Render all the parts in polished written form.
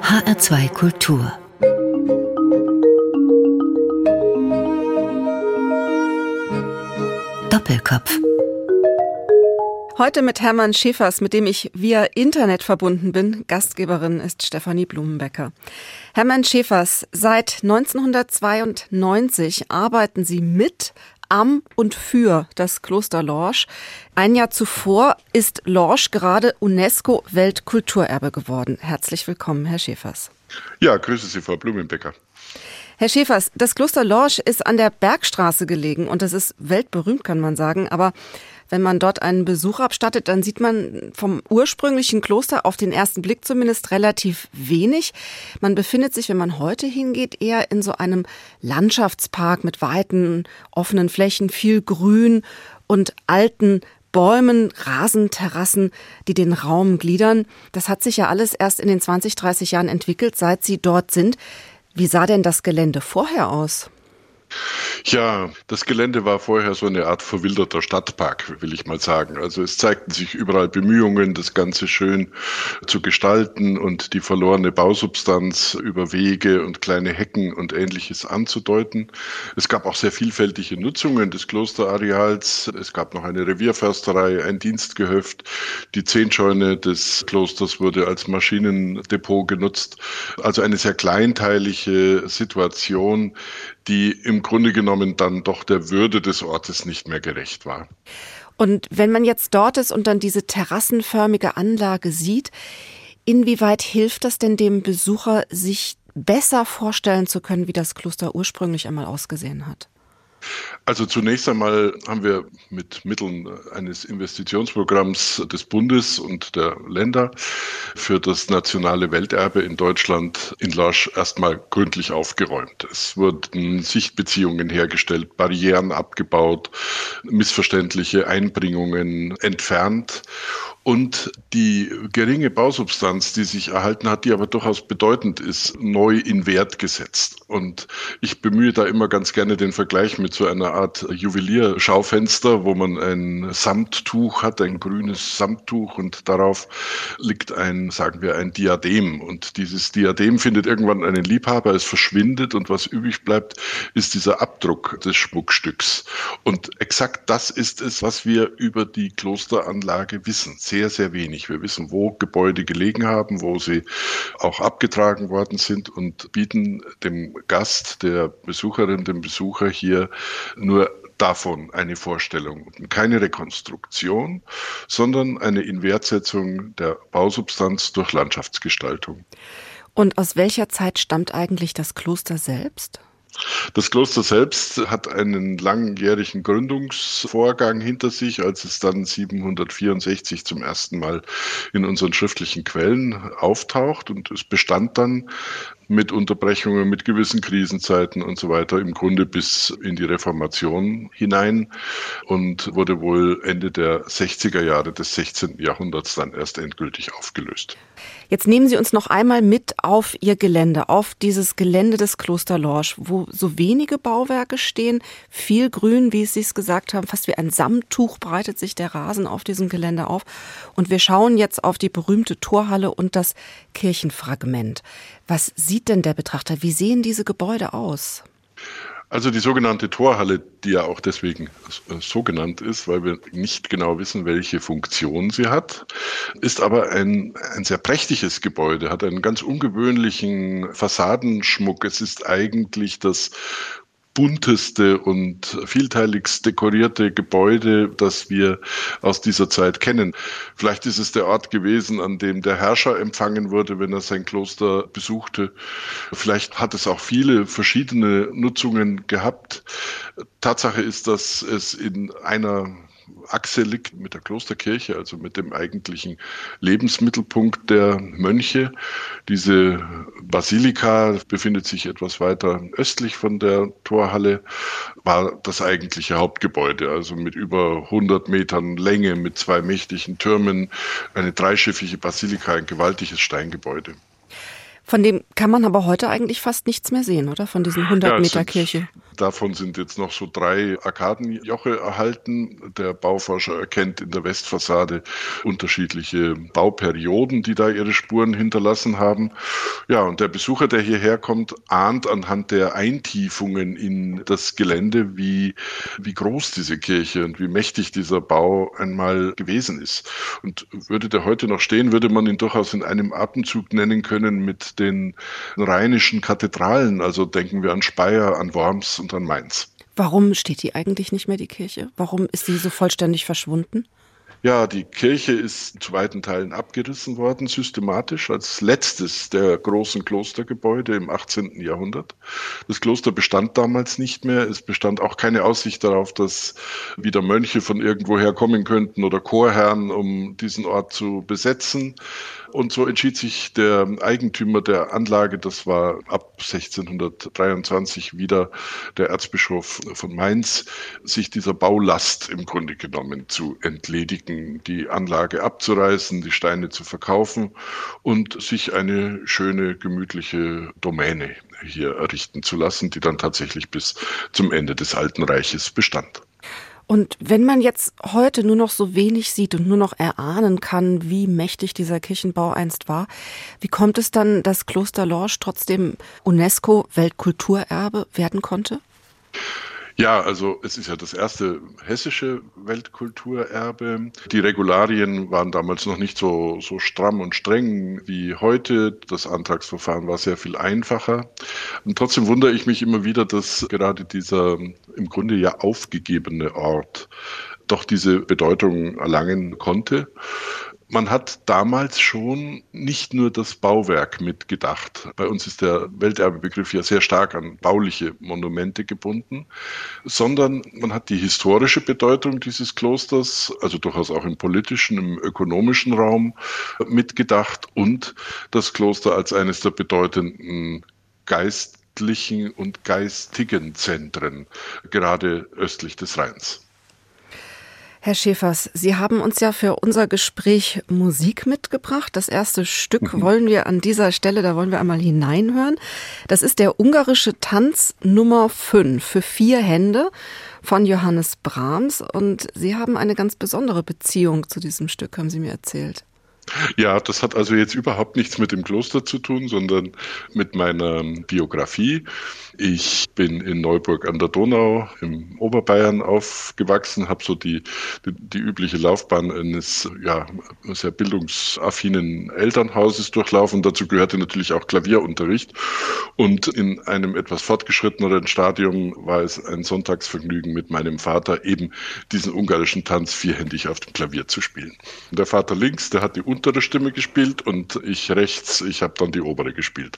HR2 Kultur. Doppelkopf. Heute mit Hermann Schäfers, mit dem ich via Internet verbunden bin. Gastgeberin ist Stefanie Blumenbecker. Hermann Schäfers, seit 1992 arbeiten Sie mit, am und für das Kloster Lorsch. Ein Jahr zuvor ist Lorsch gerade UNESCO-Weltkulturerbe geworden. Herzlich willkommen, Herr Schäfers. Ja, grüße Sie, Frau Blumenbecker. Herr Schäfers, das Kloster Lorsch ist an der Bergstraße gelegen und das ist weltberühmt, kann man sagen. Aber wenn man dort einen Besuch abstattet, dann sieht man vom ursprünglichen Kloster auf den ersten Blick zumindest relativ wenig. Man befindet sich, wenn man heute hingeht, eher in so einem Landschaftspark mit weiten, offenen Flächen, viel Grün und alten Bäumen, Rasenterrassen, die den Raum gliedern. Das hat sich ja alles erst in den 20, 30 Jahren entwickelt, seit Sie dort sind. Wie sah denn das Gelände vorher aus? Ja, das Gelände war vorher so eine Art verwilderter Stadtpark, will ich mal sagen. Also es zeigten sich überall Bemühungen, das Ganze schön zu gestalten und die verlorene Bausubstanz über Wege und kleine Hecken und Ähnliches anzudeuten. Es gab auch sehr vielfältige Nutzungen des Klosterareals. Es gab noch eine Revierförsterei, ein Dienstgehöft. Die Zehntscheune des Klosters wurde als Maschinendepot genutzt. Also eine sehr kleinteilige Situation, die im Grunde genommen dann doch der Würde des Ortes nicht mehr gerecht war. Und wenn man jetzt dort ist und dann diese terrassenförmige Anlage sieht, inwieweit hilft das denn dem Besucher, sich besser vorstellen zu können, wie das Kloster ursprünglich einmal ausgesehen hat? Also zunächst einmal haben wir mit Mitteln eines Investitionsprogramms des Bundes und der Länder für das nationale Welterbe in Deutschland in Lorsch erstmal gründlich aufgeräumt. Es wurden Sichtbeziehungen hergestellt, Barrieren abgebaut, missverständliche Einbringungen entfernt. Und die geringe Bausubstanz, die sich erhalten hat, die aber durchaus bedeutend ist, neu in Wert gesetzt. Und ich bemühe da immer ganz gerne den Vergleich mit so einer Art Juwelierschaufenster, wo man ein Samttuch hat, ein grünes Samttuch und darauf liegt sagen wir, ein Diadem. Und dieses Diadem findet irgendwann einen Liebhaber, es verschwindet und was übrig bleibt, ist dieser Abdruck des Schmuckstücks. Und exakt das ist es, was wir über die Klosteranlage wissen. Sehr, sehr wenig. Wir wissen, wo Gebäude gelegen haben, wo sie auch abgetragen worden sind und bieten dem Gast, der Besucherin, dem Besucher hier nur davon eine Vorstellung. Keine Rekonstruktion, sondern eine Inwertsetzung der Bausubstanz durch Landschaftsgestaltung. Und aus welcher Zeit stammt eigentlich das Kloster selbst? Das Kloster selbst hat einen langjährigen Gründungsvorgang hinter sich, als es dann 764 zum ersten Mal in unseren schriftlichen Quellen auftaucht. Und es bestand dann mit Unterbrechungen, mit gewissen Krisenzeiten und so weiter, im Grunde bis in die Reformation hinein und wurde wohl Ende der 60er Jahre des 16. Jahrhunderts dann erst endgültig aufgelöst. Jetzt nehmen Sie uns noch einmal mit auf Ihr Gelände, auf dieses Gelände des Kloster Lorsch, wo so wenige Bauwerke stehen, viel Grün, wie Sie es gesagt haben, fast wie ein Samttuch breitet sich der Rasen auf diesem Gelände auf. Und wir schauen jetzt auf die berühmte Torhalle und das Kirchenfragment. Was sieht denn der Betrachter? Wie sehen diese Gebäude aus? Also die sogenannte Torhalle, die ja auch deswegen so genannt ist, weil wir nicht genau wissen, welche Funktion sie hat, ist aber ein sehr prächtiges Gebäude, hat einen ganz ungewöhnlichen Fassadenschmuck. Es ist eigentlich das bunteste und vielteiligst dekorierte Gebäude, das wir aus dieser Zeit kennen. Vielleicht ist es der Ort gewesen, an dem der Herrscher empfangen wurde, wenn er sein Kloster besuchte. Vielleicht hat es auch viele verschiedene Nutzungen gehabt. Tatsache ist, dass es in einer Achse liegt mit der Klosterkirche, also mit dem eigentlichen Lebensmittelpunkt der Mönche. Diese Basilika befindet sich etwas weiter östlich von der Torhalle, war das eigentliche Hauptgebäude, also mit über 100 Metern Länge, mit 2 mächtigen Türmen, eine dreischiffige Basilika, ein gewaltiges Steingebäude. Von dem kann man aber heute eigentlich fast nichts mehr sehen, oder? Von diesen 100-Meter-Kirche. Davon sind jetzt noch so 3 Arkadenjoche erhalten. Der Bauforscher erkennt in der Westfassade unterschiedliche Bauperioden, die da ihre Spuren hinterlassen haben. Ja, und der Besucher, der hierher kommt, ahnt anhand der Eintiefungen in das Gelände, wie groß diese Kirche und wie mächtig dieser Bau einmal gewesen ist. Und würde der heute noch stehen, würde man ihn durchaus in einem Atemzug nennen können mit den rheinischen Kathedralen. Also denken wir an Speyer, an Worms und an Mainz. Warum steht die eigentlich nicht mehr, die Kirche? Warum ist sie so vollständig verschwunden? Ja, die Kirche ist zu weiten Teilen abgerissen worden, systematisch, als letztes der großen Klostergebäude im 18. Jahrhundert. Das Kloster bestand damals nicht mehr. Es bestand auch keine Aussicht darauf, dass wieder Mönche von irgendwoher kommen könnten oder Chorherren, um diesen Ort zu besetzen. Und so entschied sich der Eigentümer der Anlage, das war ab 1623 wieder der Erzbischof von Mainz, sich dieser Baulast im Grunde genommen zu entledigen, die Anlage abzureißen, die Steine zu verkaufen und sich eine schöne, gemütliche Domäne hier errichten zu lassen, die dann tatsächlich bis zum Ende des Alten Reiches bestand. Und wenn man jetzt heute nur noch so wenig sieht und nur noch erahnen kann, wie mächtig dieser Kirchenbau einst war, wie kommt es dann, dass Kloster Lorsch trotzdem UNESCO-Weltkulturerbe werden konnte? Ja, also es ist ja das erste hessische Weltkulturerbe. Die Regularien waren damals noch nicht so stramm und streng wie heute. Das Antragsverfahren war sehr viel einfacher. Und trotzdem wundere ich mich immer wieder, dass gerade dieser im Grunde ja aufgegebene Ort doch diese Bedeutung erlangen konnte. Man hat damals schon nicht nur das Bauwerk mitgedacht. Bei uns ist der Welterbebegriff ja sehr stark an bauliche Monumente gebunden, sondern man hat die historische Bedeutung dieses Klosters, also durchaus auch im politischen, im ökonomischen Raum mitgedacht und das Kloster als eines der bedeutenden geistlichen und geistigen Zentren, gerade östlich des Rheins. Herr Schäfers, Sie haben uns ja für unser Gespräch Musik mitgebracht. Das erste Stück wollen wir an dieser Stelle, da wollen wir einmal hineinhören. Das ist der ungarische Tanz Nummer 5 für 4 Hände von Johannes Brahms. Und Sie haben eine ganz besondere Beziehung zu diesem Stück, haben Sie mir erzählt. Ja, das hat also jetzt überhaupt nichts mit dem Kloster zu tun, sondern mit meiner Biografie. Ich bin in Neuburg an der Donau im Oberbayern aufgewachsen, habe so die übliche Laufbahn eines sehr bildungsaffinen Elternhauses durchlaufen. Dazu gehörte natürlich auch Klavierunterricht. Und in einem etwas fortgeschritteneren Stadium war es ein Sonntagsvergnügen mit meinem Vater, eben diesen ungarischen Tanz vierhändig auf dem Klavier zu spielen. Der Vater links, der hat die untere Stimme gespielt und ich rechts, ich habe dann die obere gespielt.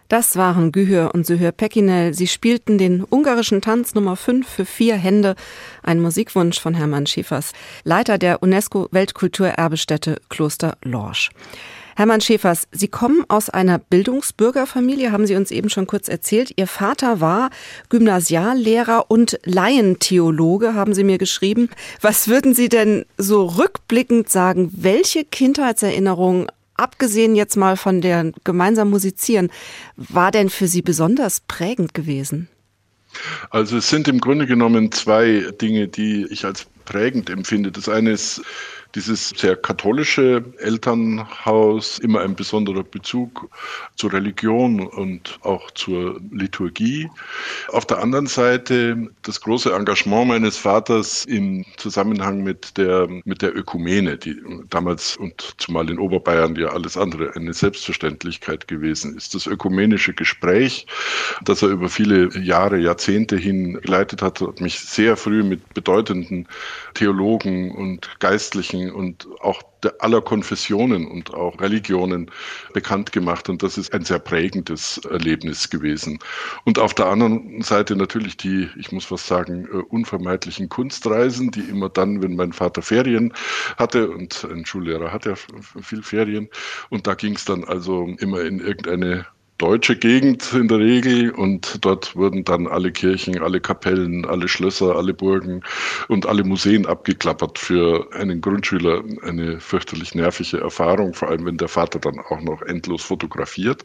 Das waren Gühür und Sühür Pekinel. Sie spielten den ungarischen Tanz Nummer 5 für 4 Hände, ein Musikwunsch von Hermann Schäfers, Leiter der UNESCO-Weltkulturerbestätte Kloster Lorsch. Hermann Schäfers, Sie kommen aus einer Bildungsbürgerfamilie, haben Sie uns eben schon kurz erzählt. Ihr Vater war Gymnasiallehrer und Laientheologe, haben Sie mir geschrieben. Was würden Sie denn so rückblickend sagen, welche Kindheitserinnerungen, abgesehen jetzt mal von der gemeinsam Musizieren, war denn für Sie besonders prägend gewesen? Also es sind im Grunde genommen 2 Dinge, die ich als prägend empfinde. Das eine ist dieses sehr katholische Elternhaus, immer ein besonderer Bezug zur Religion und auch zur Liturgie. Auf der anderen Seite das große Engagement meines Vaters im Zusammenhang mit der Ökumene, die damals und zumal in Oberbayern ja alles andere eine Selbstverständlichkeit gewesen ist. Das ökumenische Gespräch, das er über viele Jahre, Jahrzehnte hin geleitet hat, hat mich sehr früh mit bedeutenden Theologen und Geistlichen und auch aller Konfessionen und auch Religionen bekannt gemacht. Und das ist ein sehr prägendes Erlebnis gewesen. Und auf der anderen Seite natürlich die, ich muss fast sagen, unvermeidlichen Kunstreisen, die immer dann, wenn mein Vater Ferien hatte, und ein Schullehrer hat ja viel Ferien, und da ging es dann also immer in irgendeine deutsche Gegend in der Regel, und dort wurden dann alle Kirchen, alle Kapellen, alle Schlösser, alle Burgen und alle Museen abgeklappert. Für einen Grundschüler eine fürchterlich nervige Erfahrung, vor allem wenn der Vater dann auch noch endlos fotografiert.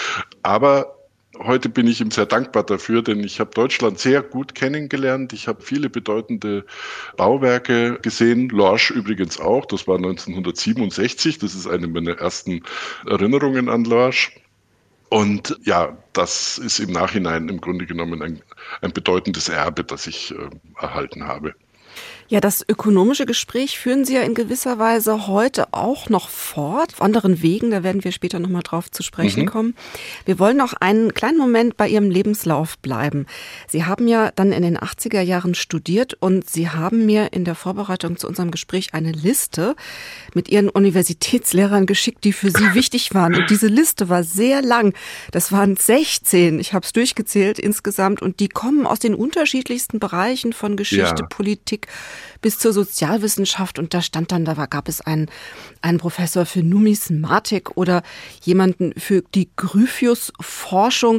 Aber heute bin ich ihm sehr dankbar dafür, denn ich habe Deutschland sehr gut kennengelernt. Ich habe viele bedeutende Bauwerke gesehen, Lorsch übrigens auch, das war 1967, das ist eine meiner ersten Erinnerungen an Lorsch. Und ja, das ist im Nachhinein im Grunde genommen ein bedeutendes Erbe, das ich erhalten habe. Ja, das ökonomische Gespräch führen Sie ja in gewisser Weise heute auch noch fort, auf anderen Wegen, da werden wir später nochmal drauf zu sprechen kommen. Wir wollen noch einen kleinen Moment bei Ihrem Lebenslauf bleiben. Sie haben ja dann in den 80er Jahren studiert und Sie haben mir in der Vorbereitung zu unserem Gespräch eine Liste mit Ihren Universitätslehrern geschickt, die für Sie wichtig waren. Und diese Liste war sehr lang. Das waren 16, ich habe es durchgezählt insgesamt, und die kommen aus den unterschiedlichsten Bereichen von Geschichte, Politik bis zur Sozialwissenschaft, und da gab es einen Professor für Numismatik oder jemanden für die Gryphius-Forschung.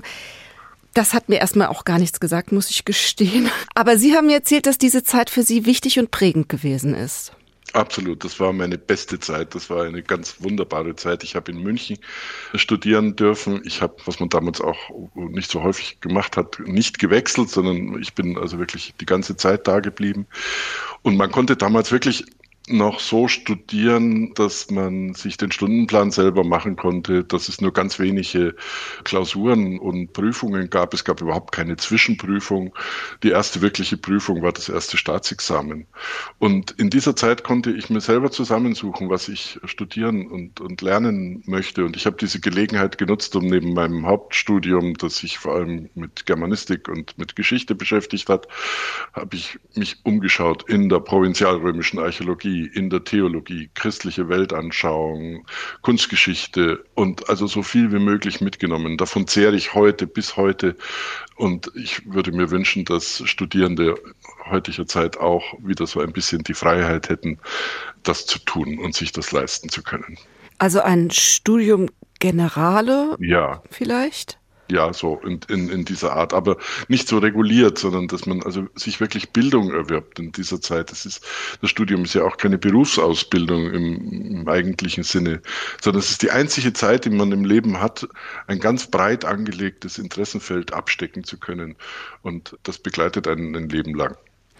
Das hat mir erstmal auch gar nichts gesagt, muss ich gestehen. Aber Sie haben mir erzählt, dass diese Zeit für Sie wichtig und prägend gewesen ist. Absolut, das war meine beste Zeit. Das war eine ganz wunderbare Zeit. Ich habe in München studieren dürfen. Ich habe, was man damals auch nicht so häufig gemacht hat, nicht gewechselt, sondern ich bin also wirklich die ganze Zeit da geblieben. Und man konnte damals wirklich noch so studieren, dass man sich den Stundenplan selber machen konnte, dass es nur ganz wenige Klausuren und Prüfungen gab. Es gab überhaupt keine Zwischenprüfung. Die erste wirkliche Prüfung war das erste Staatsexamen. Und in dieser Zeit konnte ich mir selber zusammensuchen, was ich studieren und lernen möchte. Und ich habe diese Gelegenheit genutzt, um neben meinem Hauptstudium, das sich vor allem mit Germanistik und mit Geschichte beschäftigt hat, habe ich mich umgeschaut in der provinzialrömischen Archäologie, in der Theologie, christliche Weltanschauung, Kunstgeschichte und also so viel wie möglich mitgenommen. Davon zehre ich bis heute, und ich würde mir wünschen, dass Studierende heutiger Zeit auch wieder so ein bisschen die Freiheit hätten, das zu tun und sich das leisten zu können. Also ein Studium Generale vielleicht? Ja, so in dieser Art, aber nicht so reguliert, sondern dass man also sich wirklich Bildung erwirbt in dieser Zeit. Das Studium ist ja auch keine Berufsausbildung im eigentlichen Sinne, sondern es ist die einzige Zeit, die man im Leben hat, ein ganz breit angelegtes Interessenfeld abstecken zu können. Und das begleitet einen ein Leben lang.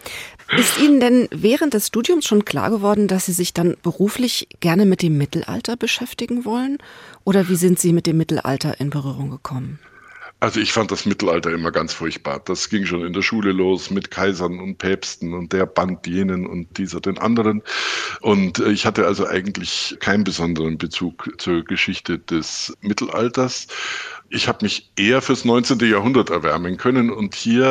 Ist Ihnen denn während des Studiums schon klar geworden, dass Sie sich dann beruflich gerne mit dem Mittelalter beschäftigen wollen? Oder wie sind Sie mit dem Mittelalter in Berührung gekommen? Also ich fand das Mittelalter immer ganz furchtbar. Das ging schon in der Schule los mit Kaisern und Päpsten und der band jenen und dieser den anderen. Und ich hatte also eigentlich keinen besonderen Bezug zur Geschichte des Mittelalters. Ich habe mich eher fürs 19. Jahrhundert erwärmen können, und hier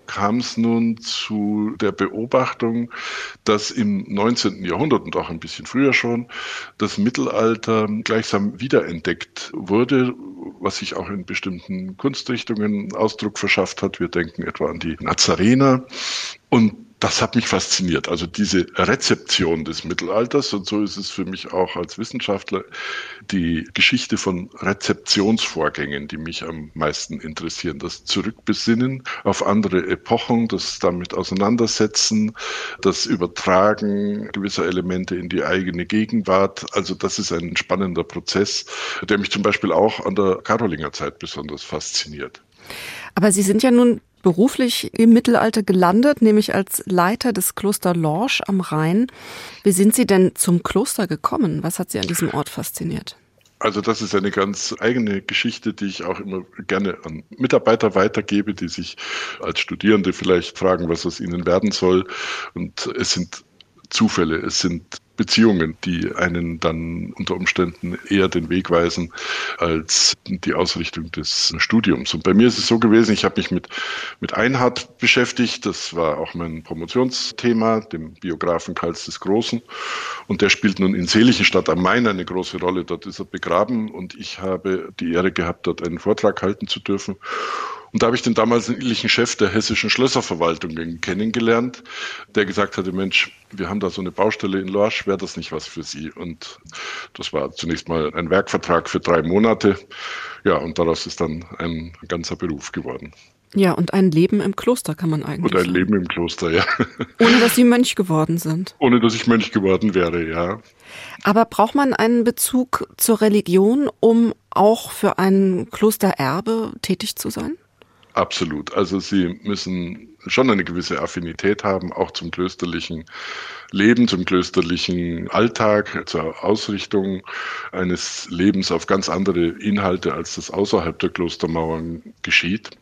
kam es nun zu der Beobachtung, dass im 19. Jahrhundert und auch ein bisschen früher schon das Mittelalter gleichsam wiederentdeckt wurde, was sich auch in bestimmten Kunstrichtungen Ausdruck verschafft hat. Wir denken etwa an die Nazarener. Und das hat mich fasziniert, also diese Rezeption des Mittelalters. Und so ist es für mich auch als Wissenschaftler die Geschichte von Rezeptionsvorgängen, die mich am meisten interessieren. Das Zurückbesinnen auf andere Epochen, das damit Auseinandersetzen, das Übertragen gewisser Elemente in die eigene Gegenwart. Also das ist ein spannender Prozess, der mich zum Beispiel auch an der Karolingerzeit besonders fasziniert. Aber Sie sind ja nun beruflich im Mittelalter gelandet, nämlich als Leiter des Kloster Lorsch am Rhein. Wie sind Sie denn zum Kloster gekommen? Was hat Sie an diesem Ort fasziniert? Also das ist eine ganz eigene Geschichte, die ich auch immer gerne an Mitarbeiter weitergebe, die sich als Studierende vielleicht fragen, was aus ihnen werden soll. Und es sind Zufälle, es sind Beziehungen, die einen dann unter Umständen eher den Weg weisen als die Ausrichtung des Studiums. Und bei mir ist es so gewesen, ich habe mich mit Einhard beschäftigt, das war auch mein Promotionsthema, dem Biografen Karls des Großen. Und der spielt nun in Seligenstadt am Main eine große Rolle. Dort ist er begraben und ich habe die Ehre gehabt, dort einen Vortrag halten zu dürfen. Und da habe ich den damaligen Chef der hessischen Schlösserverwaltung kennengelernt, der gesagt hatte, Mensch, wir haben da so eine Baustelle in Lorsch, wäre das nicht was für Sie? Und das war zunächst mal ein Werkvertrag für 3 Monate. Ja, und daraus ist dann ein ganzer Beruf geworden. Ja, und ein Leben im Kloster kann man eigentlich Und ein sagen. Leben im Kloster, ja. Ohne dass Sie Mönch geworden sind. Ohne dass ich Mönch geworden wäre, ja. Aber braucht man einen Bezug zur Religion, um auch für ein Klostererbe tätig zu sein? Absolut. Also Sie müssen schon eine gewisse Affinität haben, auch zum klösterlichen Leben, zum klösterlichen Alltag, zur Ausrichtung eines Lebens auf ganz andere Inhalte, als das außerhalb der Klostermauern geschieht.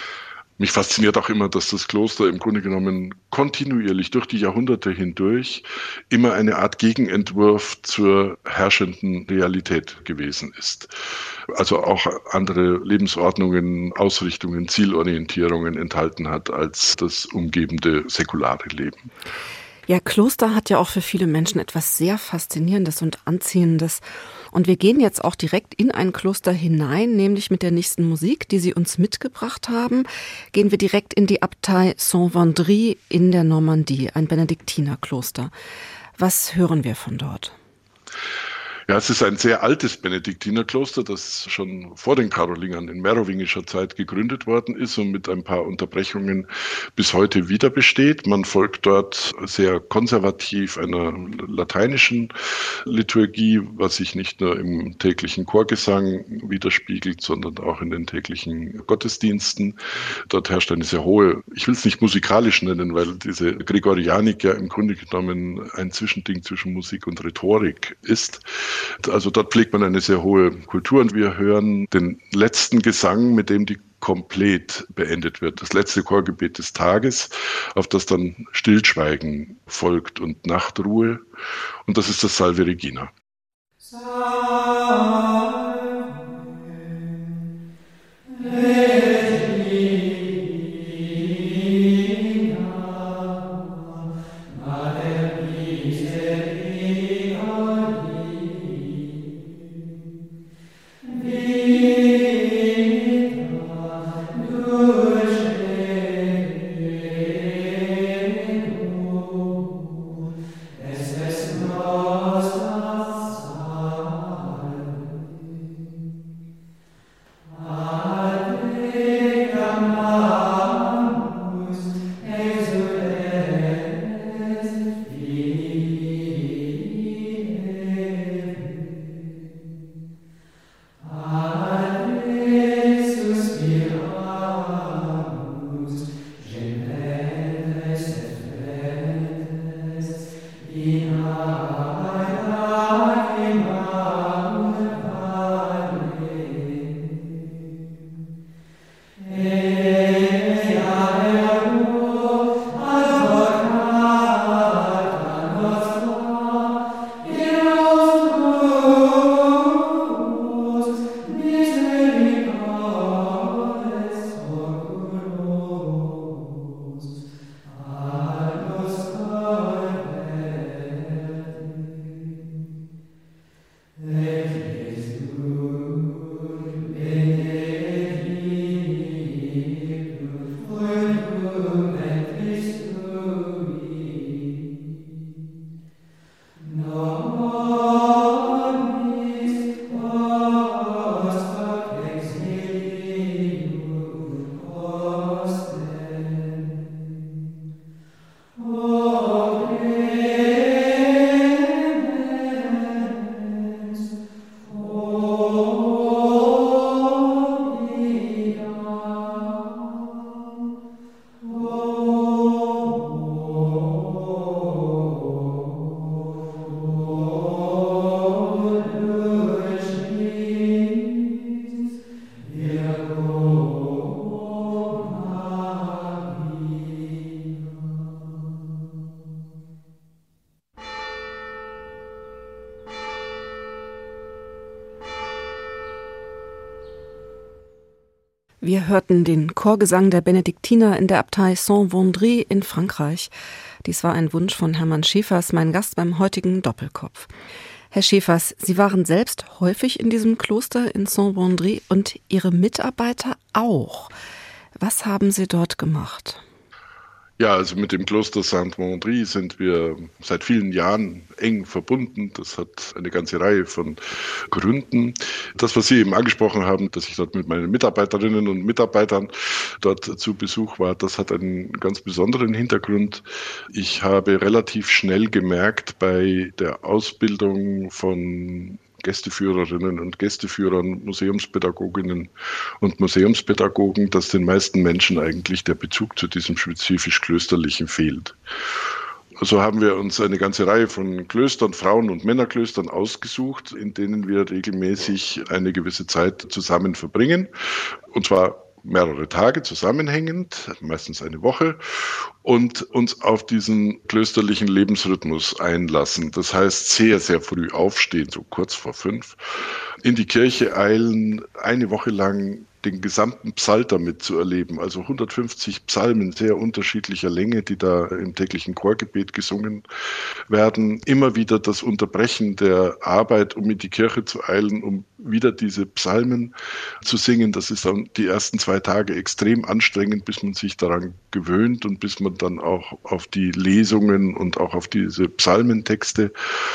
Mich fasziniert auch immer, dass das Kloster im Grunde genommen kontinuierlich durch die Jahrhunderte hindurch immer eine Art Gegenentwurf zur herrschenden Realität gewesen ist. Also auch andere Lebensordnungen, Ausrichtungen, Zielorientierungen enthalten hat als das umgebende säkulare Leben. Ja, Kloster hat ja auch für viele Menschen etwas sehr Faszinierendes und Anziehendes. Und wir gehen jetzt auch direkt in ein Kloster hinein, nämlich mit der nächsten Musik, die Sie uns mitgebracht haben. Gehen wir direkt in die Abtei Saint-Vendry in der Normandie, ein Benediktinerkloster. Was hören wir von dort? Ja, es ist ein sehr altes Benediktinerkloster, das schon vor den Karolingern in merowingischer Zeit gegründet worden ist und mit ein paar Unterbrechungen bis heute wieder besteht. Man folgt dort sehr konservativ einer lateinischen Liturgie, was sich nicht nur im täglichen Chorgesang widerspiegelt, sondern auch in den täglichen Gottesdiensten. Dort herrscht eine sehr hohe, ich will es nicht musikalisch nennen, weil diese Gregorianik ja im Grunde genommen ein Zwischending zwischen Musik und Rhetorik ist. Also dort pflegt man eine sehr hohe Kultur und wir hören den letzten Gesang, mit dem die komplett beendet wird. Das letzte Chorgebet des Tages, auf das dann Stillschweigen folgt und Nachtruhe. Und das ist das Salve Regina. Wir hörten den Chorgesang der Benediktiner in der Abtei Saint-Vendry in Frankreich. Dies war ein Wunsch von Hermann Schäfers, mein Gast beim heutigen Doppelkopf. Herr Schäfers, Sie waren selbst häufig in diesem Kloster in Saint-Vendry und Ihre Mitarbeiter auch. Was haben Sie dort gemacht? Ja, also mit dem Kloster Saint-Vendry sind wir seit vielen Jahren eng verbunden. Das hat eine ganze Reihe von Gründen. Das, was Sie eben angesprochen haben, dass ich dort mit meinen Mitarbeiterinnen und Mitarbeitern dort zu Besuch war, das hat einen ganz besonderen Hintergrund. Ich habe relativ schnell gemerkt bei der Ausbildung von Gästeführerinnen und Gästeführern, Museumspädagoginnen und Museumspädagogen, dass den meisten Menschen eigentlich der Bezug zu diesem spezifisch Klösterlichen fehlt. So haben wir uns eine ganze Reihe von Klöstern, Frauen- und Männerklöstern ausgesucht, in denen wir regelmäßig eine gewisse Zeit zusammen verbringen. Und zwar mehrere Tage zusammenhängend, meistens eine Woche, und uns auf diesen klösterlichen Lebensrhythmus einlassen. Das heißt, sehr, sehr früh aufstehen, so kurz vor 5, in die Kirche eilen, eine Woche lang den gesamten Psalter mitzuerleben, also 150 Psalmen sehr unterschiedlicher Länge, die da im täglichen Chorgebet gesungen werden. Immer wieder das Unterbrechen der Arbeit, um in die Kirche zu eilen, um wieder diese Psalmen zu singen. Das ist dann die ersten 2 Tage extrem anstrengend, bis man sich daran gewöhnt und bis man dann auch auf die Lesungen und auch auf diese Psalmentexte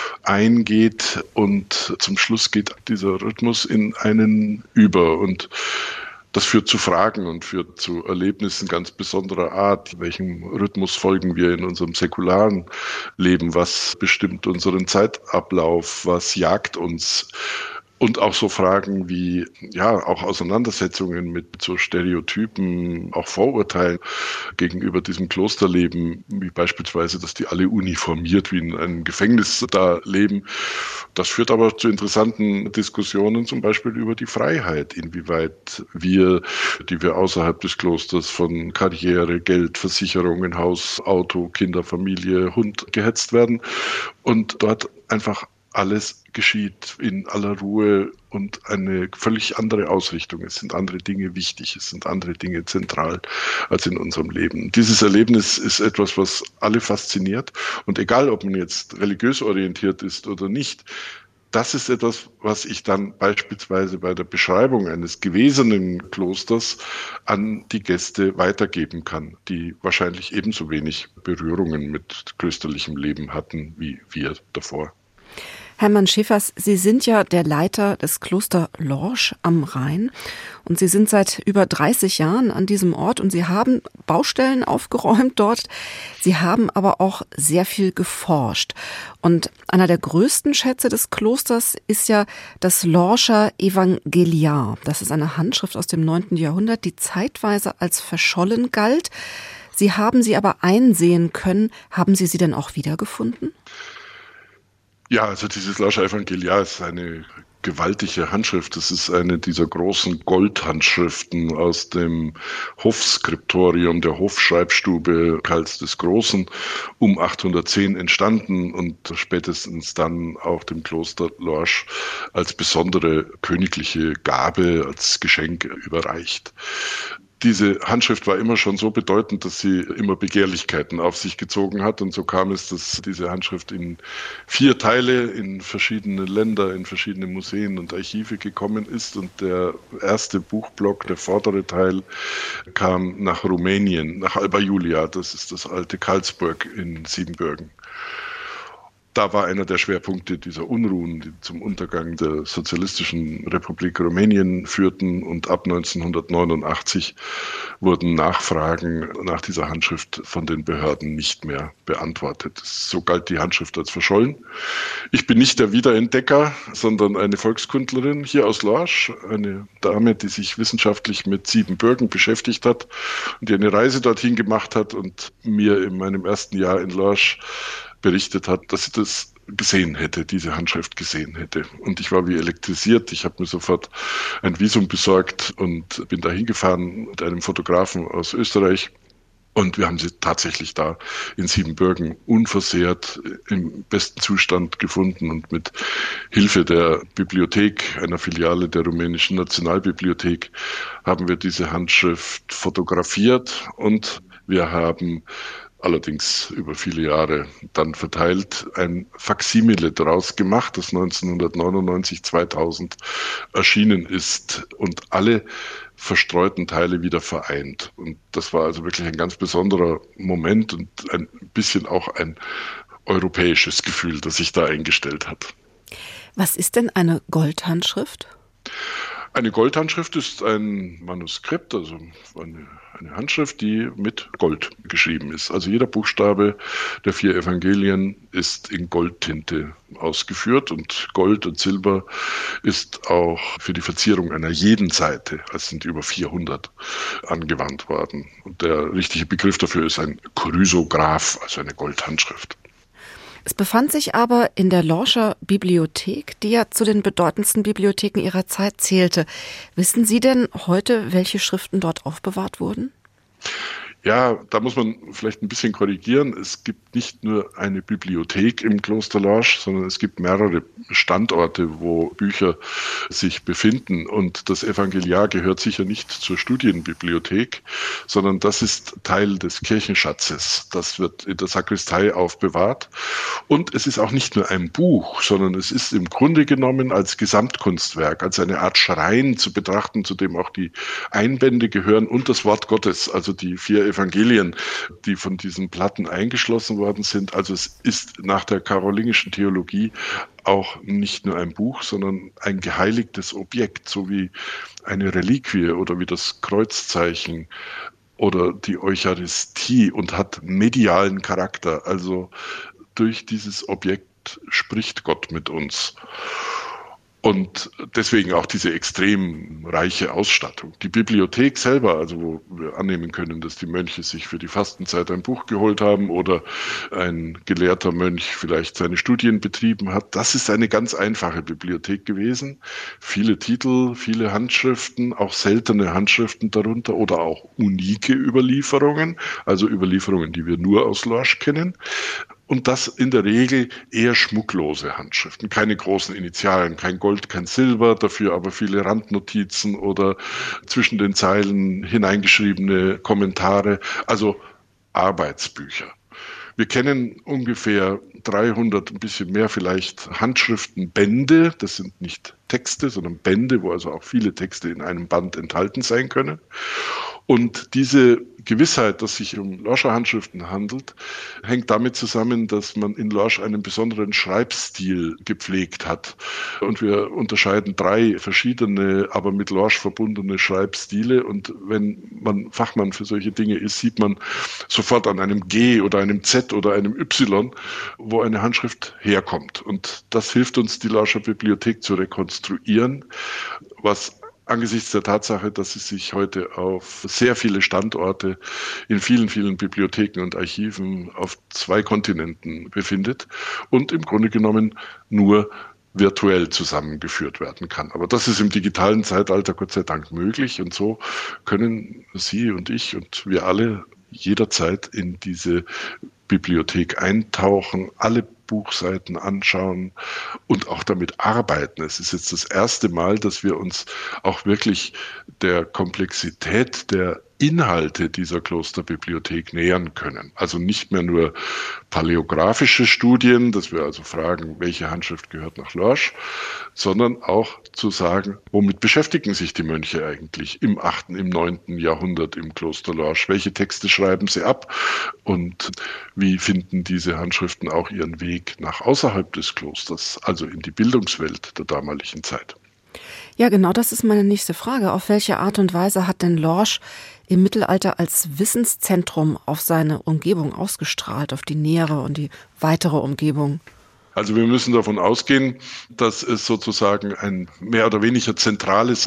eingeht. Und zum Schluss geht dieser Rhythmus in einen über. Und das führt zu Fragen und führt zu Erlebnissen ganz besonderer Art. Welchem Rhythmus folgen wir in unserem säkularen Leben? Was bestimmt unseren Zeitablauf? Was jagt uns? Und auch so Fragen wie, ja, auch Auseinandersetzungen mit so Stereotypen, auch Vorurteilen gegenüber diesem Klosterleben, wie beispielsweise, dass die alle uniformiert wie in einem Gefängnis da leben. Das führt aber zu interessanten Diskussionen, zum Beispiel über die Freiheit, inwieweit wir, die wir außerhalb des Klosters von Karriere, Geld, Versicherungen, Haus, Auto, Kinder, Familie, Hund gehetzt werden und dort einfach alles geschieht in aller Ruhe und eine völlig andere Ausrichtung. Es sind andere Dinge wichtig, es sind andere Dinge zentral als in unserem Leben. Dieses Erlebnis ist etwas, was alle fasziniert. Und egal, ob man jetzt religiös orientiert ist oder nicht, das ist etwas, was ich dann beispielsweise bei der Beschreibung eines gewesenen Klosters an die Gäste weitergeben kann, die wahrscheinlich ebenso wenig Berührungen mit klösterlichem Leben hatten wie wir davor. Hermann Schäfers, Sie sind ja der Leiter des Kloster Lorsch am Rhein und Sie sind seit über 30 Jahren an diesem Ort und Sie haben Baustellen aufgeräumt dort. Sie haben aber auch sehr viel geforscht. Und einer der größten Schätze des Klosters ist ja das Lorscher Evangeliar. Das ist eine Handschrift aus dem 9. Jahrhundert, die zeitweise als verschollen galt. Sie haben sie aber einsehen können. Haben Sie sie denn auch wiedergefunden? Ja, also dieses Lorscher Evangeliar ist eine gewaltige Handschrift. Das ist eine dieser großen Goldhandschriften aus dem Hofskriptorium der Hofschreibstube Karls des Großen um 810 entstanden und spätestens dann auch dem Kloster Lorsch als besondere königliche Gabe, als Geschenk überreicht. Diese Handschrift war immer schon so bedeutend, dass sie immer Begehrlichkeiten auf sich gezogen hat. Und so kam es, dass diese Handschrift in 4 Teile in verschiedene Länder, in verschiedene Museen und Archive gekommen ist. Und der erste Buchblock, der vordere Teil, kam nach Rumänien, nach Alba Iulia. Das ist das alte Karlsburg in Siebenbürgen. Da war einer der Schwerpunkte dieser Unruhen, die zum Untergang der Sozialistischen Republik Rumänien führten. Und ab 1989 wurden Nachfragen nach dieser Handschrift von den Behörden nicht mehr beantwortet. So galt die Handschrift als verschollen. Ich bin nicht der Wiederentdecker, sondern eine Volkskundlerin hier aus Lorsch, eine Dame, die sich wissenschaftlich mit Siebenbürgen beschäftigt hat und die eine Reise dorthin gemacht hat und mir in meinem ersten Jahr in Lorsch berichtet hat, dass sie das gesehen hätte, diese Handschrift gesehen hätte. Und ich war wie elektrisiert. Ich habe mir sofort ein Visum besorgt und bin da hingefahren mit einem Fotografen aus Österreich Und wir haben sie tatsächlich da in Siebenbürgen unversehrt im besten Zustand gefunden. Und mit Hilfe der Bibliothek, einer Filiale der Rumänischen Nationalbibliothek, haben wir diese Handschrift fotografiert und wir haben allerdings über viele Jahre dann verteilt, ein Faksimile daraus gemacht, das 1999, 2000 erschienen ist und alle verstreuten Teile wieder vereint. Und das war also wirklich ein ganz besonderer Moment und ein bisschen auch ein europäisches Gefühl, das sich da eingestellt hat. Was ist denn eine Goldhandschrift? Eine Goldhandschrift ist ein Manuskript, also eine Handschrift, die mit Gold geschrieben ist. Also jeder Buchstabe der 4 Evangelien ist in Goldtinte ausgeführt und Gold und Silber ist auch für die Verzierung einer jeden Seite, es sind über 400, angewandt worden. Und der richtige Begriff dafür ist ein Chrysograph, also eine Goldhandschrift. Es befand sich aber in der Lorscher Bibliothek, die ja zu den bedeutendsten Bibliotheken ihrer Zeit zählte. Wissen Sie denn heute, welche Schriften dort aufbewahrt wurden? Ja, da muss man vielleicht ein bisschen korrigieren. Es gibt nicht nur eine Bibliothek im Kloster Lorsch, sondern es gibt mehrere Standorte, wo Bücher sich befinden. Und das Evangeliar gehört sicher nicht zur Studienbibliothek, sondern das ist Teil des Kirchenschatzes. Das wird in der Sakristei aufbewahrt. Und es ist auch nicht nur ein Buch, sondern es ist im Grunde genommen als Gesamtkunstwerk, als eine Art Schrein zu betrachten, zu dem auch die Einbände gehören und das Wort Gottes, also die 4 Evangelien, die von diesen Platten eingeschlossen worden sind. Also es ist nach der karolingischen Theologie auch nicht nur ein Buch, sondern ein geheiligtes Objekt, so wie eine Reliquie oder wie das Kreuzzeichen oder die Eucharistie und hat medialen Charakter. Also durch dieses Objekt spricht Gott mit uns. Und deswegen auch diese extrem reiche Ausstattung. Die Bibliothek selber, also wo wir annehmen können, dass die Mönche sich für die Fastenzeit ein Buch geholt haben oder ein gelehrter Mönch vielleicht seine Studien betrieben hat, das ist eine ganz einfache Bibliothek gewesen. Viele Titel, viele Handschriften, auch seltene Handschriften darunter oder auch unike Überlieferungen, also Überlieferungen, die wir nur aus Lorsch kennen. Und das in der Regel eher schmucklose Handschriften, keine großen Initialen, kein Gold, kein Silber, dafür aber viele Randnotizen oder zwischen den Zeilen hineingeschriebene Kommentare, also Arbeitsbücher. Wir kennen ungefähr 300, ein bisschen mehr vielleicht, Handschriftenbände. Das sind nicht Texte, sondern Bände, wo also auch viele Texte in einem Band enthalten sein können. Und diese Gewissheit, dass sich um Lorscher Handschriften handelt, hängt damit zusammen, dass man in Lorsch einen besonderen Schreibstil gepflegt hat. Und wir unterscheiden 3 verschiedene, aber mit Lorsch verbundene Schreibstile. Und wenn man Fachmann für solche Dinge ist, sieht man sofort an einem G oder einem Z oder einem Y, wo eine Handschrift herkommt. Und das hilft uns, die Lorscher Bibliothek zu rekonstruieren, was angesichts der Tatsache, dass es sich heute auf sehr viele Standorte in vielen, vielen Bibliotheken und Archiven auf 2 Kontinenten befindet und im Grunde genommen nur virtuell zusammengeführt werden kann. Aber das ist im digitalen Zeitalter Gott sei Dank möglich und so können Sie und ich und wir alle jederzeit in diese Bibliothek eintauchen, alle Buchseiten anschauen und auch damit arbeiten. Es ist jetzt das erste Mal, dass wir uns auch wirklich der Komplexität der Inhalte dieser Klosterbibliothek nähern können. Also nicht mehr nur paläografische Studien, dass wir also fragen, welche Handschrift gehört nach Lorsch, sondern auch zu sagen, womit beschäftigen sich die Mönche eigentlich im 8., im 9. Jahrhundert im Kloster Lorsch? Welche Texte schreiben sie ab? Und wie finden diese Handschriften auch ihren Weg nach außerhalb des Klosters, also in die Bildungswelt der damaligen Zeit? Ja, genau, das ist meine nächste Frage. Auf welche Art und Weise hat denn Lorsch im Mittelalter als Wissenszentrum auf seine Umgebung ausgestrahlt, auf die nähere und die weitere Umgebung? Also wir müssen davon ausgehen, dass es sozusagen ein mehr oder weniger zentrales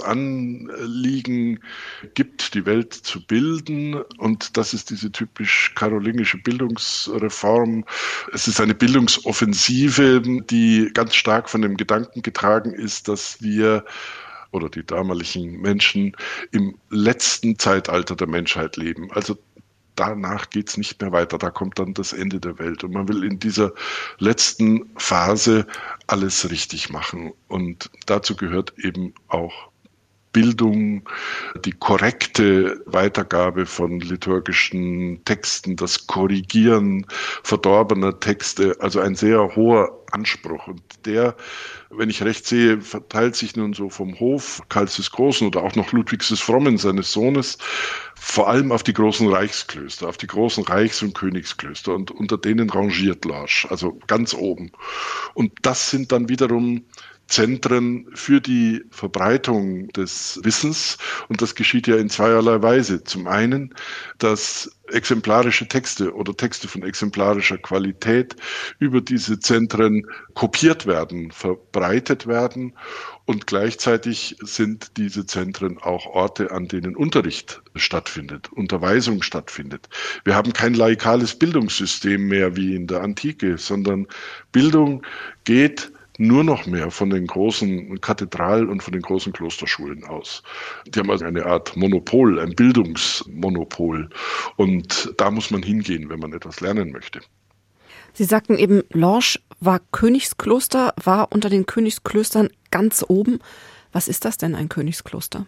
Anliegen gibt, die Welt zu bilden. Und das ist diese typisch karolingische Bildungsreform. Es ist eine Bildungsoffensive, die ganz stark von dem Gedanken getragen ist, dass wir oder die damaligen Menschen im letzten Zeitalter der Menschheit leben. Also danach geht es nicht mehr weiter. Da kommt dann das Ende der Welt. Und man will in dieser letzten Phase alles richtig machen. Und dazu gehört eben auch Bildung, die korrekte Weitergabe von liturgischen Texten, das Korrigieren verdorbener Texte, also ein sehr hoher Anspruch. Und der, wenn ich recht sehe, verteilt sich nun so vom Hof Karls des Großen oder auch noch Ludwigs des Frommen, seines Sohnes, vor allem auf die großen Reichsklöster, auf die großen Reichs- und Königsklöster. Und unter denen rangiert Lorsch, also ganz oben. Und das sind dann wiederum Zentren für die Verbreitung des Wissens. Und das geschieht ja in zweierlei Weise. Zum einen, dass exemplarische Texte oder Texte von exemplarischer Qualität über diese Zentren kopiert werden, verbreitet werden. Und gleichzeitig sind diese Zentren auch Orte, an denen Unterricht stattfindet, Unterweisung stattfindet. Wir haben kein laikales Bildungssystem mehr wie in der Antike, sondern Bildung geht nur noch mehr von den großen Kathedralen und von den großen Klosterschulen aus. Die haben also eine Art Monopol, ein Bildungsmonopol. Und da muss man hingehen, wenn man etwas lernen möchte. Sie sagten eben, Lorsch war Königskloster, war unter den Königsklöstern ganz oben. Was ist das denn, ein Königskloster?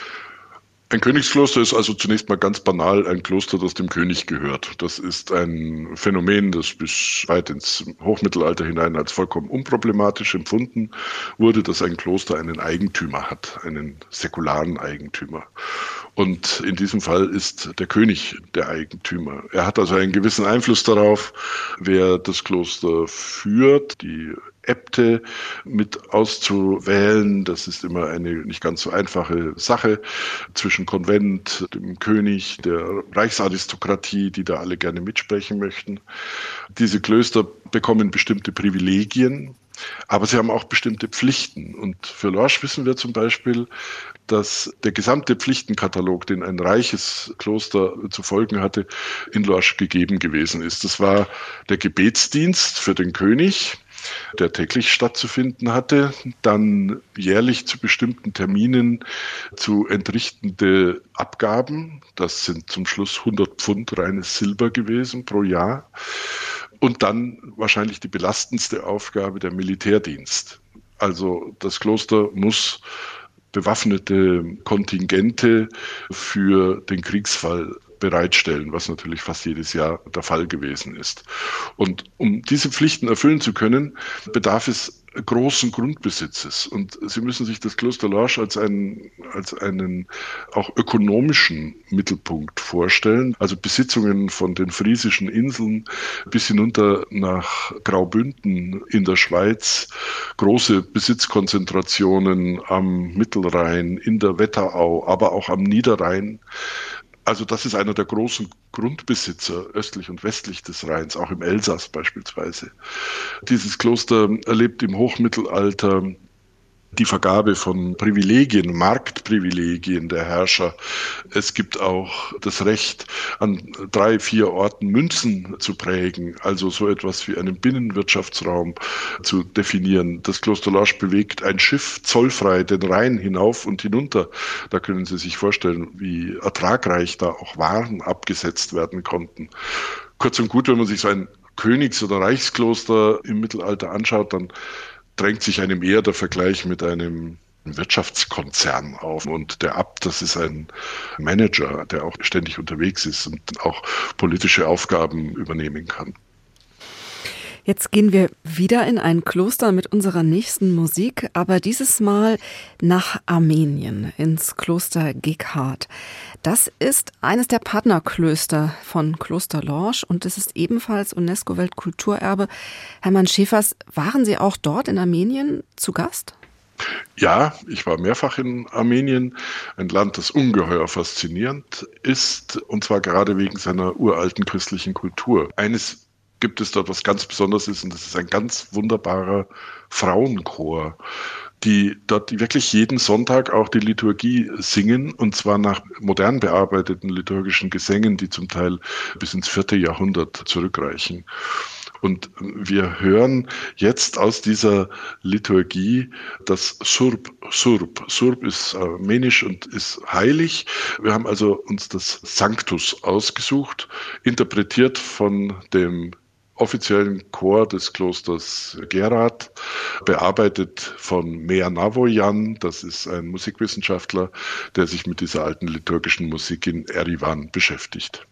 Ein Königskloster ist also zunächst mal ganz banal ein Kloster, das dem König gehört. Das ist ein Phänomen, das bis weit ins Hochmittelalter hinein als vollkommen unproblematisch empfunden wurde, dass ein Kloster einen Eigentümer hat, einen säkularen Eigentümer. Und in diesem Fall ist der König der Eigentümer. Er hat also einen gewissen Einfluss darauf, wer das Kloster führt, die Äbte mit auszuwählen. Das ist immer eine nicht ganz so einfache Sache zwischen Konvent, dem König, der Reichsaristokratie, die da alle gerne mitsprechen möchten. Diese Klöster bekommen bestimmte Privilegien, aber sie haben auch bestimmte Pflichten. Und für Lorsch wissen wir zum Beispiel, dass der gesamte Pflichtenkatalog, den ein reiches Kloster zu folgen hatte, in Lorsch gegeben gewesen ist. Das war der Gebetsdienst für den König, der täglich stattzufinden hatte, dann jährlich zu bestimmten Terminen zu entrichtende Abgaben, das sind zum Schluss 100 Pfund reines Silber gewesen pro Jahr, und dann wahrscheinlich die belastendste Aufgabe, der Militärdienst. Also das Kloster muss bewaffnete Kontingente für den Kriegsfall bereitstellen, was natürlich fast jedes Jahr der Fall gewesen ist. Und um diese Pflichten erfüllen zu können, bedarf es großen Grundbesitzes. Und Sie müssen sich das Kloster Lorsch als einen auch ökonomischen Mittelpunkt vorstellen. Also Besitzungen von den Friesischen Inseln bis hinunter nach Graubünden in der Schweiz, große Besitzkonzentrationen am Mittelrhein, in der Wetterau, aber auch am Niederrhein. Also das ist einer der großen Grundbesitzer östlich und westlich des Rheins, auch im Elsass beispielsweise. Dieses Kloster erlebt im Hochmittelalter die Vergabe von Privilegien, Marktprivilegien der Herrscher. Es gibt auch das Recht, an 3, 4 Orten Münzen zu prägen, also so etwas wie einen Binnenwirtschaftsraum zu definieren. Das Kloster Lorsch bewegt ein Schiff zollfrei den Rhein hinauf und hinunter. Da können Sie sich vorstellen, wie ertragreich da auch Waren abgesetzt werden konnten. Kurz und gut, wenn man sich so ein Königs- oder Reichskloster im Mittelalter anschaut, dann drängt sich einem eher der Vergleich mit einem Wirtschaftskonzern auf. Und der Abt, das ist ein Manager, der auch ständig unterwegs ist und auch politische Aufgaben übernehmen kann. Jetzt gehen wir wieder in ein Kloster mit unserer nächsten Musik, aber dieses Mal nach Armenien, ins Kloster Geghard. Das ist eines der Partnerklöster von Kloster Lorsch und es ist ebenfalls UNESCO-Weltkulturerbe. Hermann Schäfers, waren Sie auch dort in Armenien zu Gast? Ja, ich war mehrfach in Armenien, ein Land, das ungeheuer faszinierend ist, und zwar gerade wegen seiner uralten christlichen Kultur. Eines gibt es dort, was ganz Besonderes ist, und das ist ein ganz wunderbarer Frauenchor, die dort wirklich jeden Sonntag auch die Liturgie singen, und zwar nach modern bearbeiteten liturgischen Gesängen, die zum Teil bis ins 4. Jahrhundert zurückreichen. Und wir hören jetzt aus dieser Liturgie das Surb. Surb ist armenisch und ist heilig. Wir haben also uns das Sanctus ausgesucht, interpretiert von dem offiziellen Chor des Klosters Gerard, bearbeitet von Mea Navoyan, das ist ein Musikwissenschaftler, der sich mit dieser alten liturgischen Musik in Erivan beschäftigt.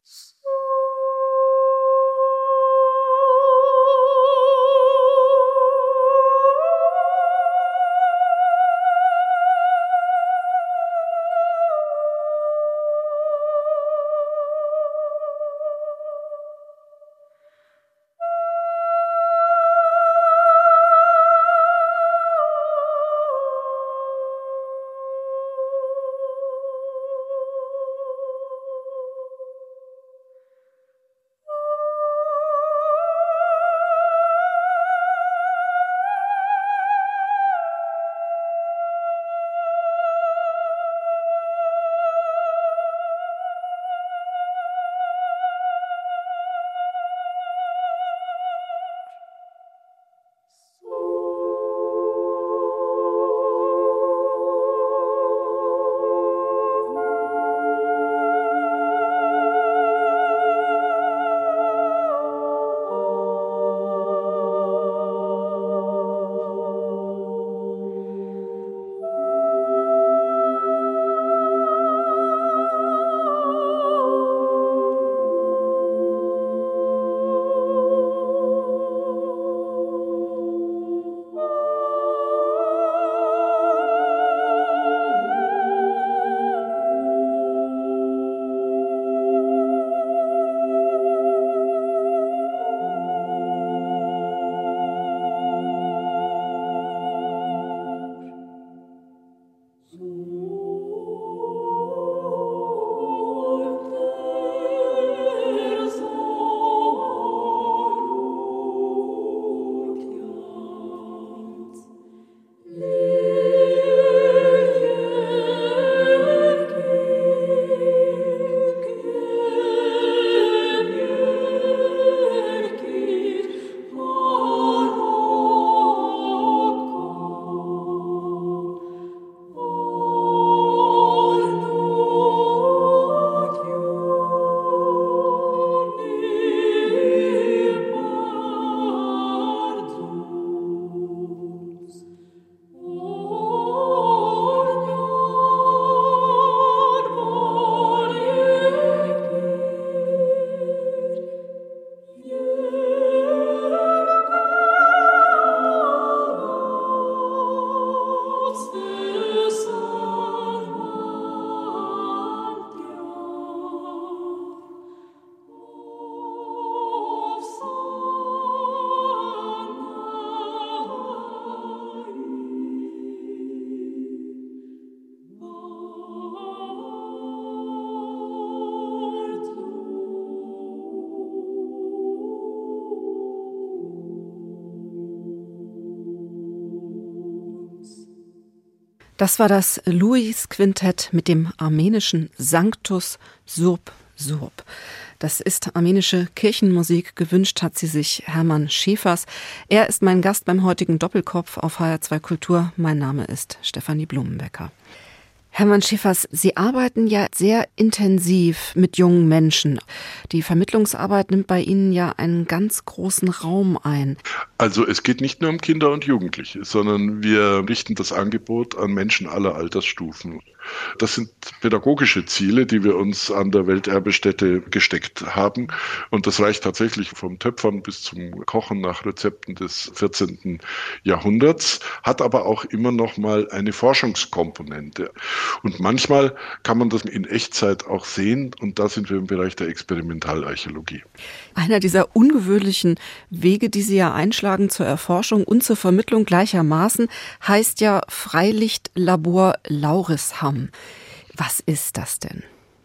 Das war das Louis-Quintett mit dem armenischen Sanctus Surb Surb. Das ist armenische Kirchenmusik. Gewünscht hat sie sich Hermann Schäfers. Er ist mein Gast beim heutigen Doppelkopf auf HR2 Kultur. Mein Name ist Stefanie Blumenbecker. Hermann Schäfers, Sie arbeiten ja sehr intensiv mit jungen Menschen. Die Vermittlungsarbeit nimmt bei Ihnen ja einen ganz großen Raum ein. Also es geht nicht nur um Kinder und Jugendliche, sondern wir richten das Angebot an Menschen aller Altersstufen. Das sind pädagogische Ziele, die wir uns an der Welterbestätte gesteckt haben. Und das reicht tatsächlich vom Töpfern bis zum Kochen nach Rezepten des 14. Jahrhunderts, hat aber auch immer noch mal eine Forschungskomponente. Und manchmal kann man das in Echtzeit auch sehen. Und da sind wir im Bereich der Experimentalarchäologie. Einer dieser ungewöhnlichen Wege, die Sie ja einschlagen zur Erforschung und zur Vermittlung gleichermaßen, heißt ja Freilichtlabor Laurisham. Was ist das denn?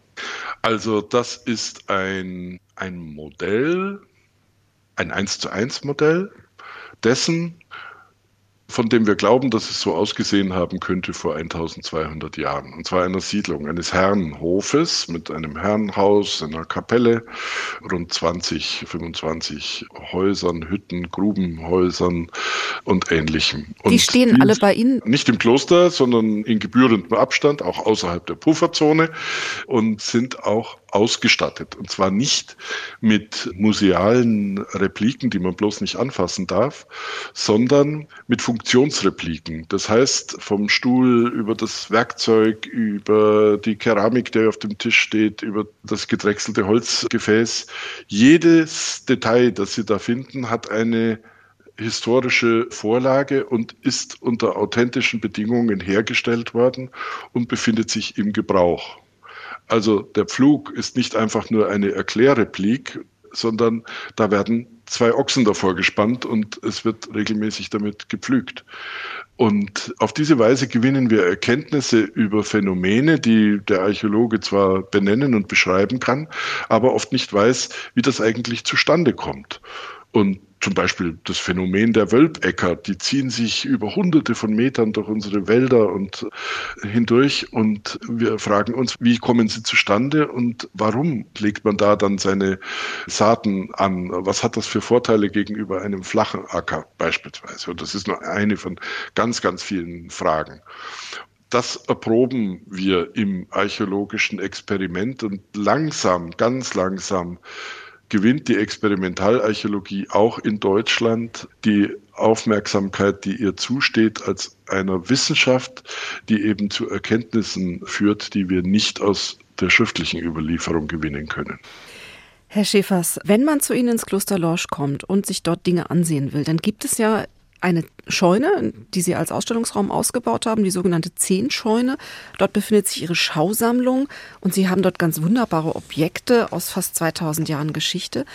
Also das ist ein Modell, ein 1:1 Modell dessen, von dem wir glauben, dass es so ausgesehen haben könnte vor 1200 Jahren. Und zwar einer Siedlung, eines Herrenhofes mit einem Herrenhaus, einer Kapelle, rund 20, 25 Häusern, Hütten, Grubenhäusern und Ähnlichem. Die stehen alle bei Ihnen? Nicht im Kloster, sondern in gebührendem Abstand, auch außerhalb der Pufferzone, und sind auch ausgestattet. Und zwar nicht mit musealen Repliken, die man bloß nicht anfassen darf, sondern mit Funktionsrepliken. Das heißt, vom Stuhl über das Werkzeug, über die Keramik, die auf dem Tisch steht, über das gedrechselte Holzgefäß. Jedes Detail, das Sie da finden, hat eine historische Vorlage und ist unter authentischen Bedingungen hergestellt worden und befindet sich im Gebrauch. Also der Pflug ist nicht einfach nur eine Erklärreplik, sondern da werden 2 Ochsen davor gespannt und es wird regelmäßig damit gepflügt. Und auf diese Weise gewinnen wir Erkenntnisse über Phänomene, die der Archäologe zwar benennen und beschreiben kann, aber oft nicht weiß, wie das eigentlich zustande kommt. Und zum Beispiel das Phänomen der Wölbäcker, die ziehen sich über Hunderte von Metern durch unsere Wälder und hindurch und wir fragen uns, wie kommen sie zustande und warum legt man da dann seine Saaten an? Was hat das für Vorteile gegenüber einem flachen Acker beispielsweise? Und das ist nur eine von ganz, ganz vielen Fragen. Das erproben wir im archäologischen Experiment und langsam, ganz langsam gewinnt die Experimentalarchäologie auch in Deutschland die Aufmerksamkeit, die ihr zusteht, als einer Wissenschaft, die eben zu Erkenntnissen führt, die wir nicht aus der schriftlichen Überlieferung gewinnen können. Herr Schäfers, wenn man zu Ihnen ins Kloster Lorsch kommt und sich dort Dinge ansehen will, dann gibt es ja eine Scheune, die Sie als Ausstellungsraum ausgebaut haben, die sogenannte Zehnscheune. Dort befindet sich Ihre Schausammlung und Sie haben dort ganz wunderbare Objekte aus fast 2000 Jahren Geschichte.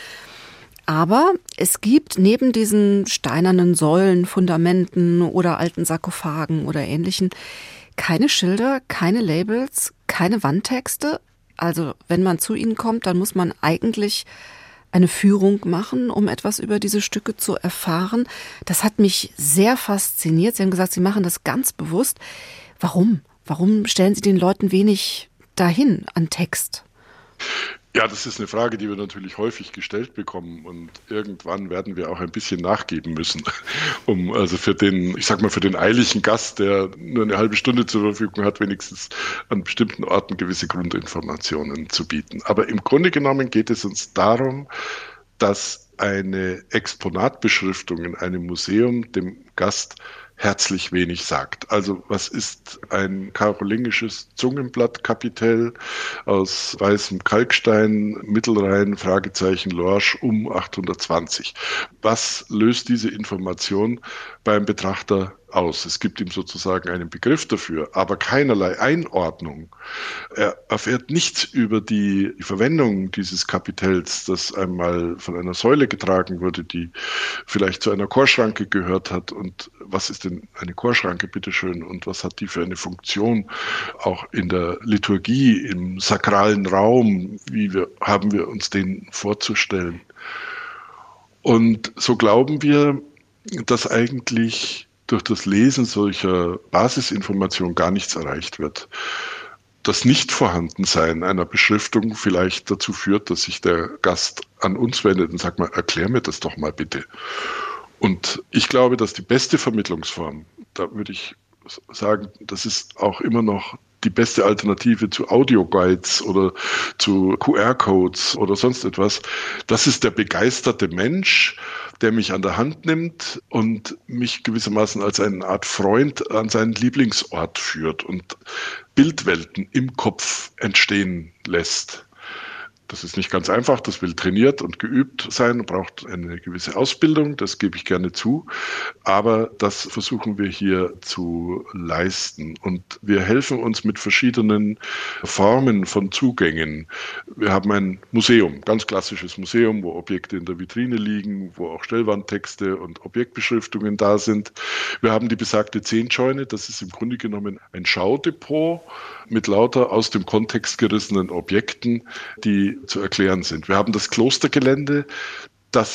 Aber es gibt neben diesen steinernen Säulen, Fundamenten oder alten Sarkophagen oder Ähnlichen keine Schilder, keine Labels, keine Wandtexte. Also wenn man zu Ihnen kommt, dann muss man eigentlich eine Führung machen, um etwas über diese Stücke zu erfahren. Das hat mich sehr fasziniert. Sie haben gesagt, Sie machen das ganz bewusst. Warum? Warum stellen Sie den Leuten wenig dahin an Text? Ja, das ist eine Frage, die wir natürlich häufig gestellt bekommen und irgendwann werden wir auch ein bisschen nachgeben müssen, um also für den eiligen Gast, der nur eine halbe Stunde zur Verfügung hat, wenigstens an bestimmten Orten gewisse Grundinformationen zu bieten. Aber im Grunde genommen geht es uns darum, dass eine Exponatbeschriftung in einem Museum dem Gast herzlich wenig sagt. Also was ist ein karolingisches Zungenblattkapitell aus weißem Kalkstein, Mittelrhein, Fragezeichen Lorsch um 820? Was löst diese Information beim Betrachter aus? Es gibt ihm sozusagen einen Begriff dafür, aber keinerlei Einordnung. Er erfährt nichts über die Verwendung dieses Kapitells, das einmal von einer Säule getragen wurde, die vielleicht zu einer Chorschranke gehört hat. Und was ist denn eine Chorschranke, bitteschön? Und was hat die für eine Funktion auch in der Liturgie, im sakralen Raum? Haben wir uns den vorzustellen? Und so glauben wir, dass eigentlich durch das Lesen solcher Basisinformationen gar nichts erreicht wird. Das Nichtvorhandensein einer Beschriftung vielleicht dazu führt, dass sich der Gast an uns wendet und sagt mal, erklär mir das doch mal bitte. Und ich glaube, dass die beste Vermittlungsform, da würde ich sagen, das ist auch immer noch die beste Alternative zu Audioguides oder zu QR-Codes oder sonst etwas. Das ist der begeisterte Mensch, der mich an der Hand nimmt und mich gewissermaßen als eine Art Freund an seinen Lieblingsort führt und Bildwelten im Kopf entstehen lässt. Das ist nicht ganz einfach, das will trainiert und geübt sein und braucht eine gewisse Ausbildung, das gebe ich gerne zu. Aber das versuchen wir hier zu leisten. Und wir helfen uns mit verschiedenen Formen von Zugängen. Wir haben ein Museum, ganz klassisches Museum, wo Objekte in der Vitrine liegen, wo auch Stellwandtexte und Objektbeschriftungen da sind. Wir haben die besagte Zehnscheune, das ist im Grunde genommen ein Schaudepot mit lauter aus dem Kontext gerissenen Objekten, die zu erklären sind. Wir haben das Klostergelände, das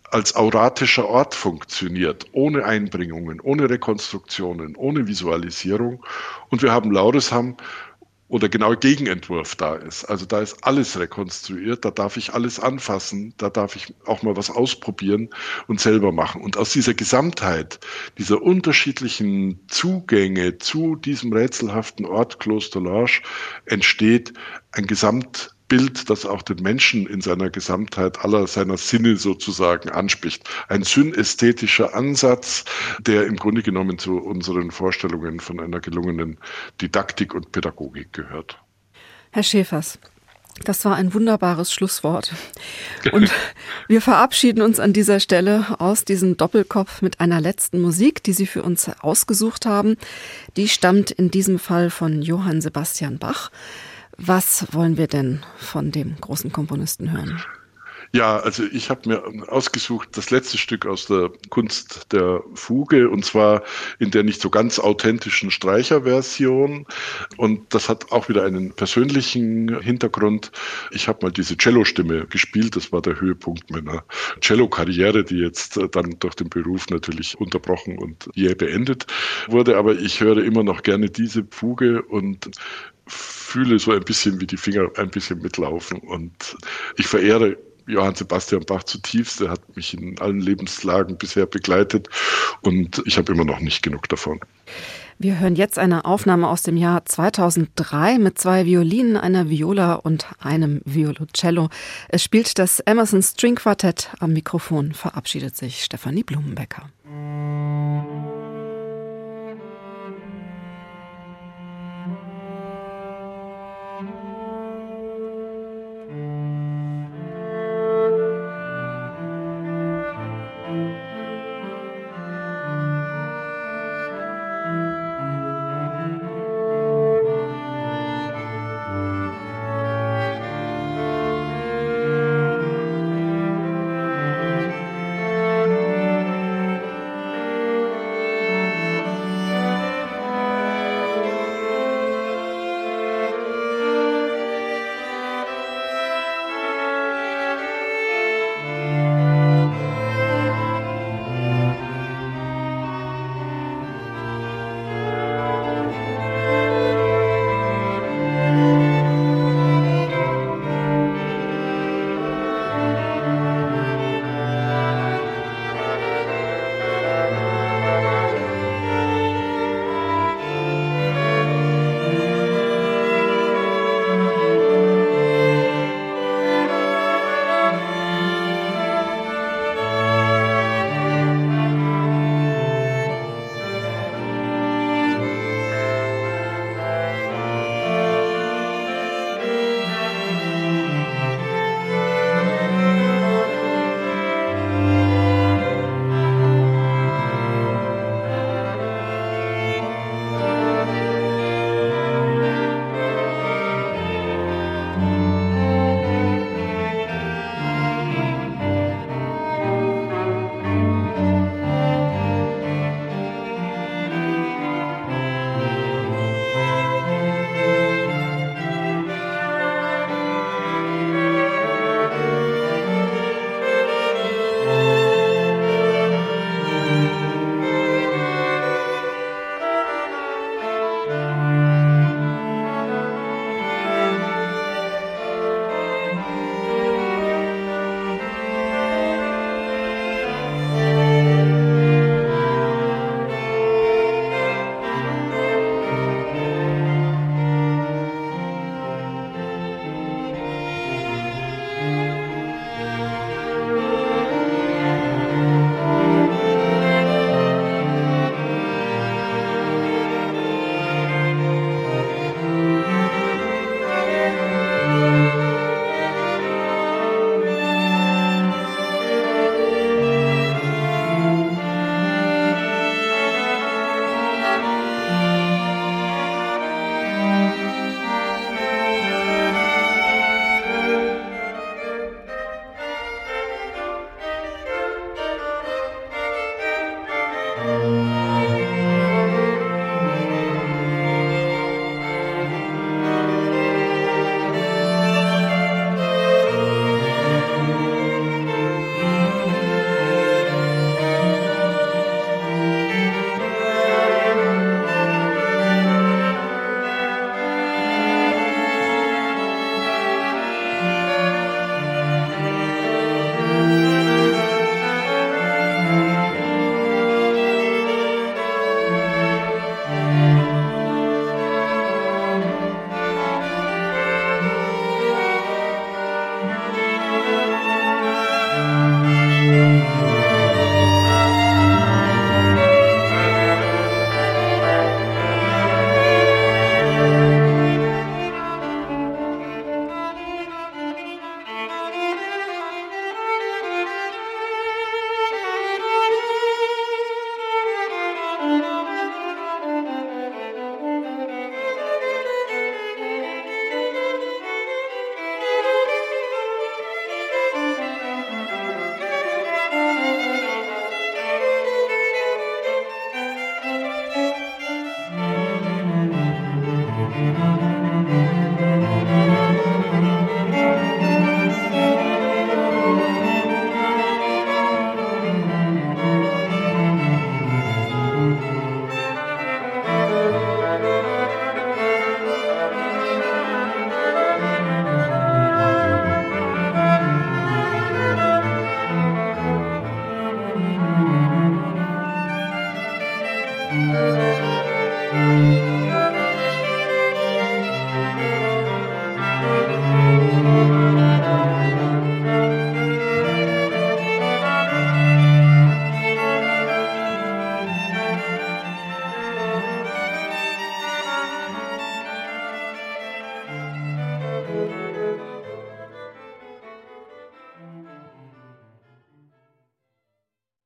als auratischer Ort funktioniert, ohne Einbringungen, ohne Rekonstruktionen, ohne Visualisierung. Und wir haben Lauresham, wo der genaue Gegenentwurf da ist. Also da ist alles rekonstruiert, da darf ich alles anfassen, da darf ich auch mal was ausprobieren und selber machen. Und aus dieser Gesamtheit, dieser unterschiedlichen Zugänge zu diesem rätselhaften Ort Kloster Lorsch entsteht ein Gesamtbild, das auch den Menschen in seiner Gesamtheit aller seiner Sinne sozusagen anspricht. Ein synästhetischer Ansatz, der im Grunde genommen zu unseren Vorstellungen von einer gelungenen Didaktik und Pädagogik gehört. Herr Schäfers, das war ein wunderbares Schlusswort. Und wir verabschieden uns an dieser Stelle aus diesem Doppelkopf mit einer letzten Musik, die Sie für uns ausgesucht haben. Die stammt in diesem Fall von Johann Sebastian Bach. Was wollen wir denn von dem großen Komponisten hören? Ja, also ich habe mir ausgesucht das letzte Stück aus der Kunst der Fuge, und zwar in der nicht so ganz authentischen Streicherversion. Und das hat auch wieder einen persönlichen Hintergrund. Ich habe mal diese Cellostimme gespielt. Das war der Höhepunkt meiner Cello-Karriere, die jetzt dann durch den Beruf natürlich unterbrochen und jäh beendet wurde. Aber ich höre immer noch gerne diese Fuge und fühle so ein bisschen, wie die Finger ein bisschen mitlaufen. Und ich verehre Johann Sebastian Bach zutiefst. Er hat mich in allen Lebenslagen bisher begleitet und ich habe immer noch nicht genug davon. Wir hören jetzt eine Aufnahme aus dem Jahr 2003 mit 2 Violinen, einer Viola und einem Violoncello. Es spielt das Emerson String Quartett. Am Mikrofon verabschiedet sich Stefanie Blumenbecker.